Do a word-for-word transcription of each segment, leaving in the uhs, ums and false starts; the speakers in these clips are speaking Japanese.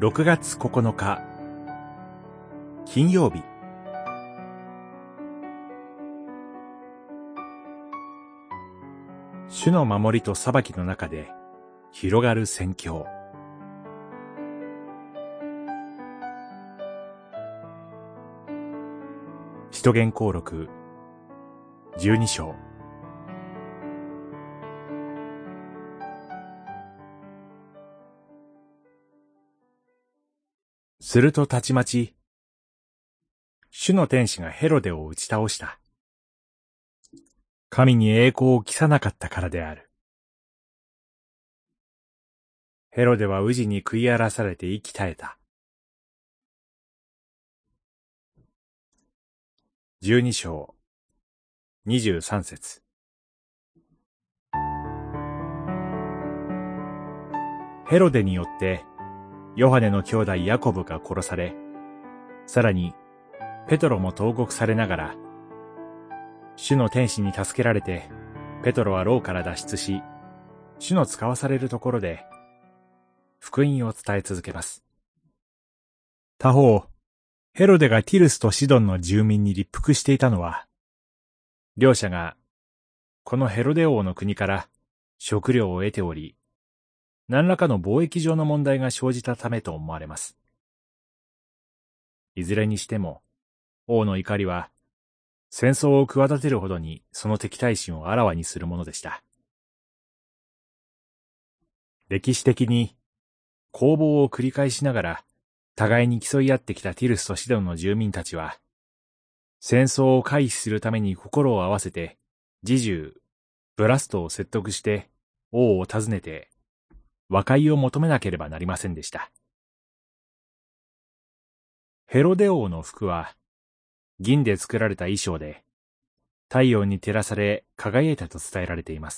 ろくがつここのか金曜日。主の守りと裁きの中で広がる宣教。使徒言行録じゅうに章。するとたちまち、主の天使がヘロデを打ち倒した。神に栄光を期さなかったからである。ヘロデは宇治に食い荒らされて息絶えた。じゅうに章にじゅうさん節。ヘロデによってヨハネの兄弟ヤコブが殺され、さらにペトロも投獄されながら、主の天使に助けられて、ペトロは牢から脱出し、主の使わされるところで、福音を伝え続けます。他方、ヘロデがティルスとシドンの住民に立腹していたのは、両者が、このヘロデ王の国から食料を得ており、何らかの貿易上の問題が生じたためと思われます。いずれにしても、王の怒りは、戦争を企てるほどにその敵対心をあらわにするものでした。歴史的に攻防を繰り返しながら互いに競い合ってきたティルスとシドンの住民たちは、戦争を回避するために心を合わせて、侍従、ブラストを説得して王を訪ねて和解を求めなければなりませんでした。ヘロデ王の服は、銀で作られた衣装で、太陽に照らされ輝いたと伝えられています。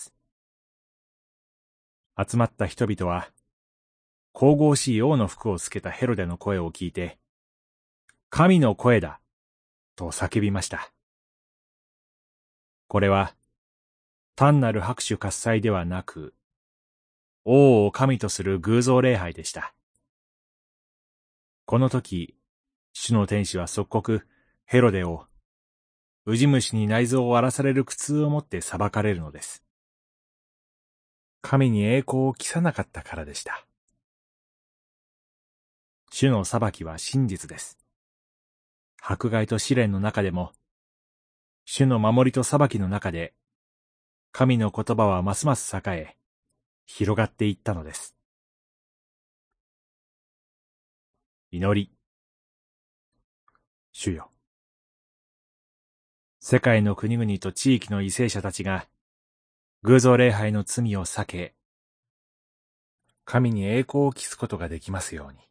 集まった人々は、神々しい王の服をつけたヘロデの声を聞いて、神の声だと叫びました。これは、単なる拍手喝采ではなく、王を神とする偶像礼拝でした。この時、主の天使は即刻、ヘロデを、ウジ虫に内臓を荒らされる苦痛をもって裁かれるのです。神に栄光を期さなかったからでした。主の裁きは真実です。迫害と試練の中でも、主の守りと裁きの中で、神の言葉はますます栄え、広がっていったのです。祈り。主よ。世界の国々と地域の為政者たちが、偶像礼拝の罪を避け、神に栄光を期すことができますように。